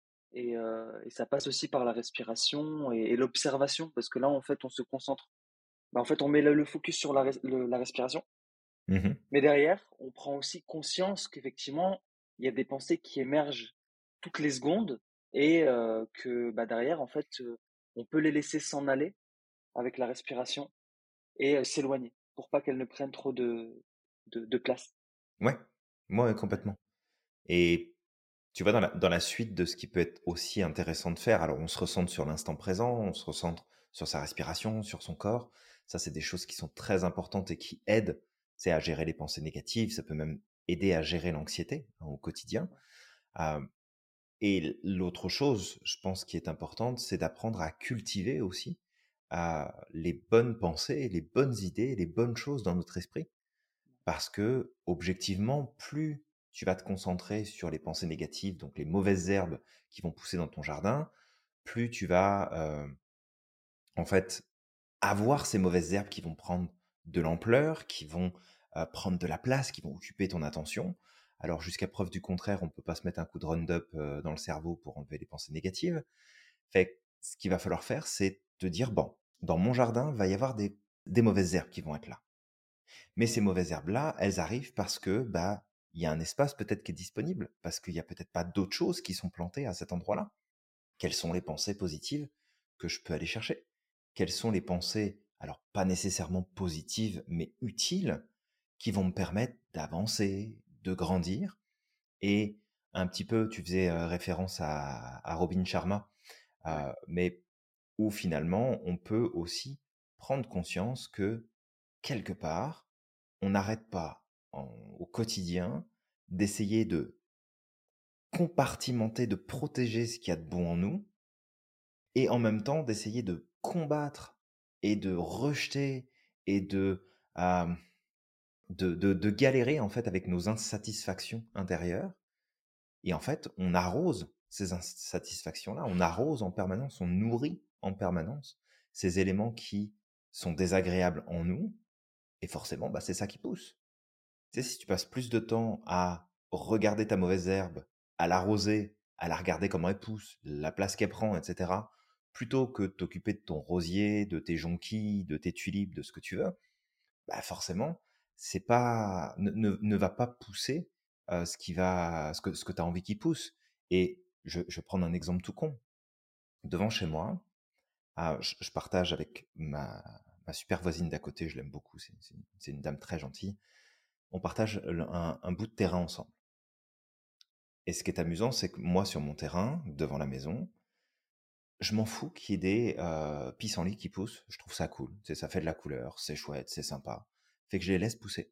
A: Et ça passe aussi par la respiration et l'observation, parce que là, en fait, on se concentre. Bah, en fait, on met le focus sur la respiration,
B: Mhm.
A: mais derrière, on prend aussi conscience qu'effectivement, il y a des pensées qui émergent toutes les secondes et que bah, derrière, en fait, on peut les laisser s'en aller avec la respiration et s'éloigner pour pas qu'elles ne prennent trop de place.
B: Ouais, ouais, complètement. Et tu vois, dans la suite de ce qui peut être aussi intéressant de faire, alors on se recentre sur l'instant présent, on se recentre sur sa respiration, sur son corps. Ça, c'est des choses qui sont très importantes et qui aident, tu sais, à gérer les pensées négatives. Ça peut même aider à gérer l'anxiété hein, au quotidien. Euh, et l'autre chose, je pense, qui est importante, c'est d'apprendre à cultiver aussi les bonnes pensées, les bonnes idées, les bonnes choses dans notre esprit. Parce que, objectivement, plus tu vas te concentrer sur les pensées négatives, donc les mauvaises herbes qui vont pousser dans ton jardin, plus tu vas, en fait, avoir ces mauvaises herbes qui vont prendre de l'ampleur, qui vont prendre de la place, qui vont occuper ton attention. Alors, jusqu'à preuve du contraire, on ne peut pas se mettre un coup de Roundup dans le cerveau pour enlever les pensées négatives. Fait que ce qu'il va falloir faire, c'est te dire, bon, dans mon jardin, va y avoir des mauvaises herbes qui vont être là. Mais ces mauvaises herbes-là, elles arrivent parce que, bah, il y a un espace peut-être qui est disponible, parce qu'il y a peut-être pas d'autres choses qui sont plantées à cet endroit-là. Quelles sont les pensées positives que je peux aller chercher? Quelles sont les pensées, alors pas nécessairement positives, mais utiles, qui vont me permettre d'avancer, de grandir? Et un petit peu, tu faisais référence à Robin Sharma,
A: Ouais,
B: mais où finalement on peut aussi prendre conscience que quelque part, on n'arrête pas au quotidien d'essayer de compartimenter, de protéger ce qu'il y a de bon en nous, et en même temps d'essayer de combattre et de rejeter et euh, de galérer en fait avec nos insatisfactions intérieures. Et en fait, on arrose ces insatisfactions-là, on arrose en permanence, on nourrit en permanence ces éléments qui sont désagréables en nous, et forcément, bah, c'est ça qui pousse. Tu sais, si tu passes plus de temps à regarder ta mauvaise herbe, à l'arroser, à la regarder comment elle pousse, la place qu'elle prend, etc., plutôt que de t'occuper de ton rosier, de tes jonquilles, de tes tulipes, de ce que tu veux, bah forcément, c'est pas, ne va pas pousser ce que tu as envie qu'il pousse. Et je vais prendre un exemple tout con. Devant chez moi, je partage avec ma super voisine d'à côté, je l'aime beaucoup, c'est une dame très gentille. On partage un bout de terrain ensemble. Et ce qui est amusant, c'est que moi, sur mon terrain, devant la maison, je m'en fous qu'il y ait des pissenlits qui poussent. Je trouve ça cool. Tu sais, ça fait de la couleur, c'est chouette, c'est sympa. Fait que je les laisse pousser.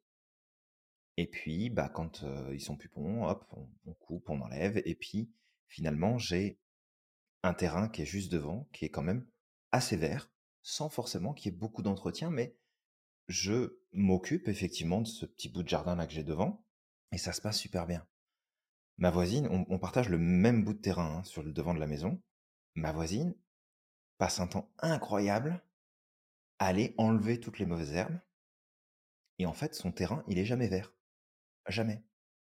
B: Et puis, bah, quand ils sont plus bons, hop, on coupe, on enlève. Et puis, finalement, j'ai un terrain qui est juste devant, qui est quand même assez vert, sans forcément qu'il y ait beaucoup d'entretien, mais je m'occupe effectivement de ce petit bout de jardin là que j'ai devant, et ça se passe super bien. Ma voisine, on partage le même bout de terrain hein, sur le devant de la maison. Ma voisine passe un temps incroyable à aller enlever toutes les mauvaises herbes. Et en fait, son terrain, il est jamais vert. Jamais.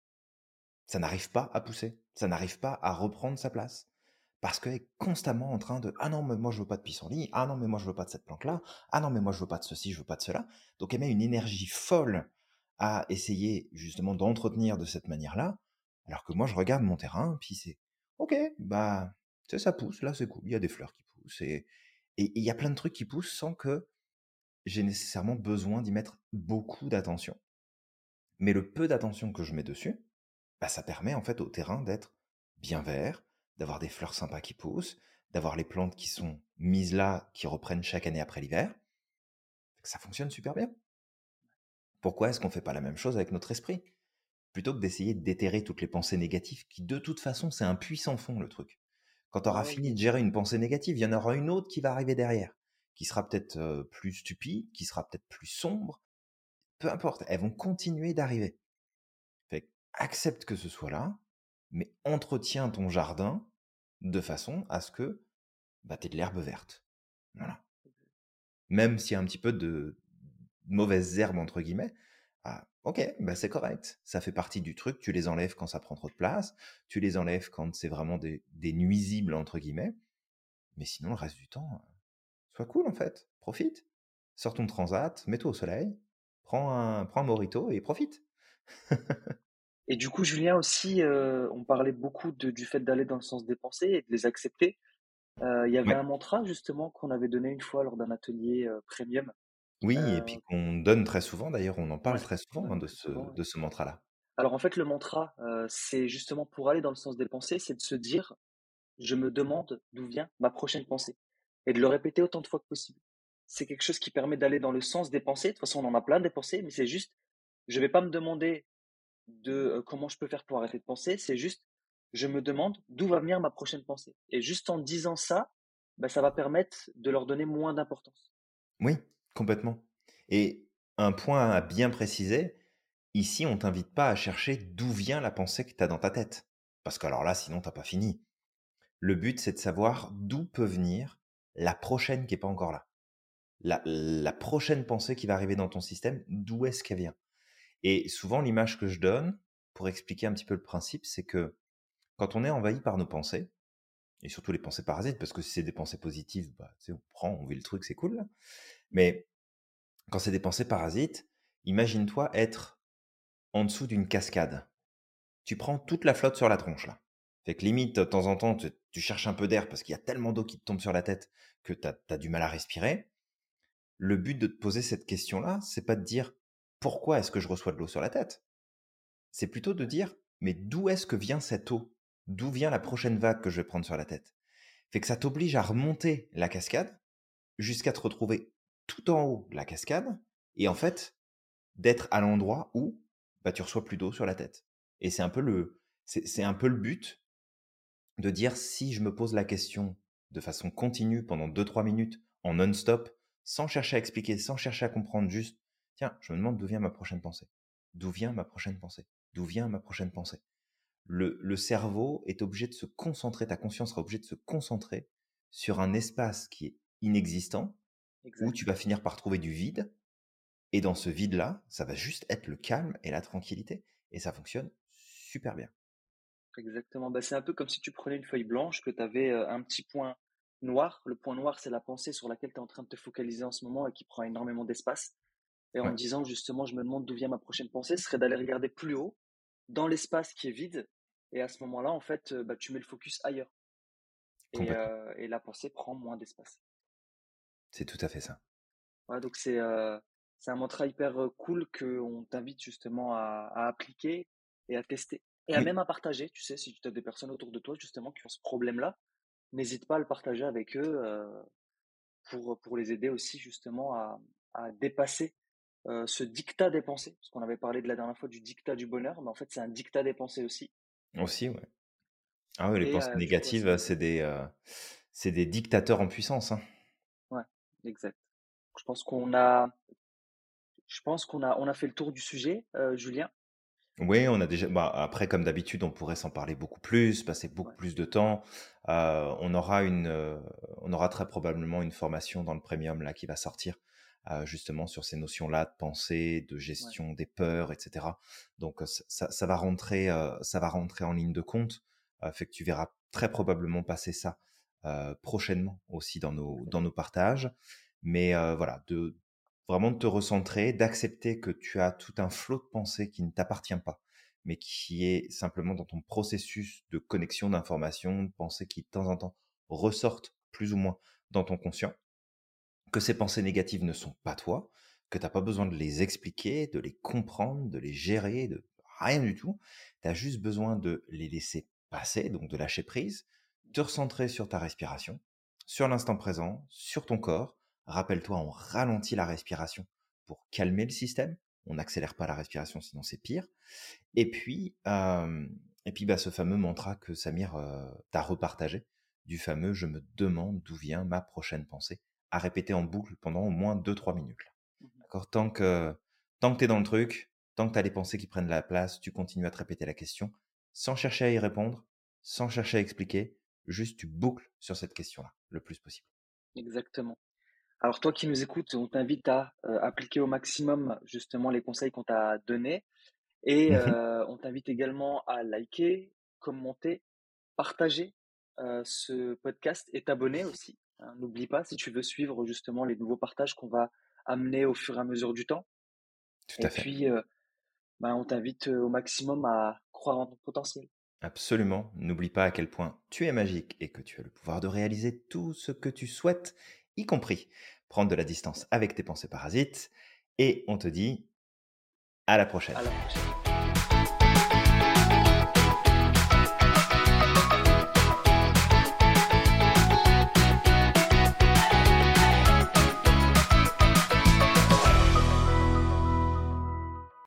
B: Ça n'arrive pas à pousser. Ça n'arrive pas à reprendre sa place. Parce qu'elle est constamment en train de ah non, mais moi je veux pas de pissenlit. Ah non, mais moi je veux pas de cette plante-là. Ah non, mais moi je veux pas de ceci, je veux pas de cela. Donc elle met une énergie folle à essayer justement d'entretenir de cette manière-là. Alors que moi je regarde mon terrain, puis c'est ok, bah, tu sais, ça pousse, là c'est cool. Il y a des fleurs qui poussent. Et il y a plein de trucs qui poussent sans que j'ai nécessairement besoin d'y mettre beaucoup d'attention. Mais le peu d'attention que je mets dessus, bah, ça permet en fait au terrain d'être bien vert, d'avoir des fleurs sympas qui poussent, d'avoir les plantes qui sont mises là, qui reprennent chaque année après l'hiver. Ça fonctionne super bien. Pourquoi est-ce qu'on ne fait pas la même chose avec notre esprit? Plutôt que d'essayer de déterrer toutes les pensées négatives, qui de toute façon, c'est un puits sans fond le truc. Quand tu auras
A: ouais,
B: fini
A: bien
B: de
A: sûr.
B: gérer une pensée négative, il y en aura une autre qui va arriver derrière, qui sera peut-être plus stupide, qui sera peut-être plus sombre, peu importe, elles vont continuer d'arriver. Fait que accepte que ce soit là, mais entretiens ton jardin de façon à ce que bah, tu aies de l'herbe verte. Voilà. Même s'il y a un petit peu de mauvaises herbes, entre guillemets, ok, bah, c'est correct. Ça fait partie du truc. Tu les enlèves quand ça prend trop de place. Tu les enlèves quand c'est vraiment des nuisibles, entre guillemets. Mais sinon, le reste du temps, sois cool en fait. Profite. Sors ton transat, mets-toi au soleil, prends un mojito et profite.
A: Et du coup, Julien aussi, on parlait beaucoup du fait d'aller dans le sens des pensées et de les accepter. Il y avait
B: Ouais.
A: un mantra justement qu'on avait donné une fois lors d'un atelier premium.
B: Oui, et
A: Euh,
B: puis qu'on donne très souvent d'ailleurs, on en parle
A: ouais,
B: très
A: qu'on
B: souvent hein,
A: donne
B: de
A: très
B: ce,
A: souvent.
B: de ce mantra-là.
A: Alors en fait, le mantra, c'est justement pour aller dans le sens des pensées, c'est de se dire, je me demande d'où vient ma prochaine pensée, et de le répéter autant de fois que possible. C'est quelque chose qui permet d'aller dans le sens des pensées. De toute façon, on en a plein des pensées, mais c'est juste, je vais pas me demander de comment je peux faire pour arrêter de penser, c'est juste, je me demande d'où va venir ma prochaine pensée. Et juste en disant ça, bah, ça va permettre de leur donner moins d'importance.
B: Oui, complètement. Et un point à bien préciser, ici, on t'invite pas à chercher d'où vient la pensée que tu as dans ta tête. Parce que alors là, sinon, t'as pas fini. Le but, c'est de savoir d'où peut venir la prochaine qui est pas encore là. La prochaine pensée qui va arriver dans ton système, d'où est-ce qu'elle vient? Et souvent, l'image que je donne, pour expliquer un petit peu le principe, c'est que quand on est envahi par nos pensées, et surtout les pensées parasites, parce que si c'est des pensées positives, bah, tu sais, on prend, on vit le truc, c'est cool, là. Mais quand c'est des pensées parasites, imagine-toi être en dessous d'une cascade. Tu prends toute la flotte sur la tronche, là. Fait que limite, de temps en temps, tu cherches un peu d'air parce qu'il y a tellement d'eau qui te tombe sur la tête que tu as du mal à respirer. Le but de te poser cette question-là, c'est pas de dire pourquoi est-ce que je reçois de l'eau sur la tête. C'est plutôt de dire mais d'où est-ce que vient cette eau? D'où vient la prochaine vague que je vais prendre sur la tête? Fait que ça t'oblige à remonter la cascade jusqu'à te retrouver tout en haut de la cascade et en fait d'être à l'endroit où bah, tu reçois plus d'eau sur la tête. Et c'est un peu le but de dire si je me pose la question de façon continue pendant 2-3 minutes en non-stop, sans chercher à expliquer, sans chercher à comprendre, juste tiens, je me demande d'où vient ma prochaine pensée. D'où vient ma prochaine pensée? D'où vient ma prochaine pensée? Le cerveau est obligé de se concentrer, ta conscience sera obligée de se concentrer sur un espace qui est inexistant, où
A: Exact.
B: tu vas finir par trouver du vide, et dans ce vide-là, ça va juste être le calme et la tranquillité, et ça fonctionne super bien.
A: Exactement. Bah, c'est un peu comme si tu prenais une feuille blanche, que tu avais un petit point noir. Le point noir, c'est la pensée sur laquelle tu es en train de te focaliser en ce moment et qui prend énormément d'espace. Et en
B: Ouais,
A: te disant justement, je me demande d'où vient ma prochaine pensée, ce serait d'aller regarder plus haut, dans l'espace qui est vide. Et à ce moment-là, en fait, bah, tu mets le focus ailleurs.
B: complètement.
A: Et la pensée prend moins d'espace.
B: C'est tout à fait ça.
A: Ouais, donc c'est un mantra hyper cool qu'on t'invite justement à appliquer et à tester. Et à
B: Oui,
A: même à partager, tu sais, si tu as des personnes autour de toi justement qui ont ce problème-là, n'hésite pas à le partager avec eux pour les aider aussi justement à dépasser ce dictat des pensées. Parce qu'on avait parlé de la dernière fois du dictat du bonheur, mais en fait c'est un dictat des pensées aussi.
B: aussi, ouais. Ah ouais, les
A: Et
B: pensées
A: du coup,
B: négatives, c'est des dictateurs en puissance, hein.
A: ouais, exact. Je pense qu'on a fait le tour du sujet, Julien.
B: Oui, on a déjà bah, après comme d'habitude, on pourrait s'en parler beaucoup plus, passer beaucoup
A: Ouais,
B: plus de temps. On aura très probablement une formation dans le premium là qui va sortir, justement sur ces notions-là de pensée, de
A: ouais,
B: gestion des peurs et cetera. Donc, ça va rentrer en ligne de compte, fait que tu verras très probablement passer ça, prochainement aussi dans nos partages. Mais, voilà, de vraiment de te recentrer, d'accepter que tu as tout un flot de pensées qui ne t'appartient pas, mais qui est simplement dans ton processus de connexion d'informations, de pensées qui de temps en temps ressortent plus ou moins dans ton conscient, que ces pensées négatives ne sont pas toi, que tu n'as pas besoin de les expliquer, de les comprendre, de les gérer, de rien du tout. Tu as juste besoin de les laisser passer, donc de lâcher prise, te recentrer sur ta respiration, sur l'instant présent, sur ton corps. Rappelle-toi, on ralentit la respiration pour calmer le système. On n'accélère pas la respiration, sinon c'est pire. Et puis bah, ce fameux mantra que Samir t'a repartagé, du fameux je me demande d'où vient ma prochaine pensée, à répéter en boucle pendant au moins 2-3 minutes. Là.
A: mhm,
B: D'accord, tant que tu es dans le truc, tant que tu as les pensées qui prennent la place, tu continues à te répéter la question, sans chercher à y répondre, sans chercher à expliquer, juste tu boucles sur cette question-là le plus possible.
A: exactement. Alors toi qui nous écoutes, on t'invite à appliquer au maximum justement les conseils qu'on t'a donnés et
B: Mhm.
A: on t'invite également à liker, commenter, partager ce podcast et t'abonner aussi. Hein. N'oublie pas si tu veux suivre justement les nouveaux partages qu'on va amener au fur et à mesure du temps.
B: Tout
A: Et
B: à fait.
A: puis, ben, on t'invite au maximum à croire en ton potentiel.
B: Absolument. N'oublie pas à quel point tu es magique et que tu as le pouvoir de réaliser tout ce que tu souhaites, y compris prendre de la distance avec tes pensées parasites. Et on te dit à la prochaine.
A: À la prochaine.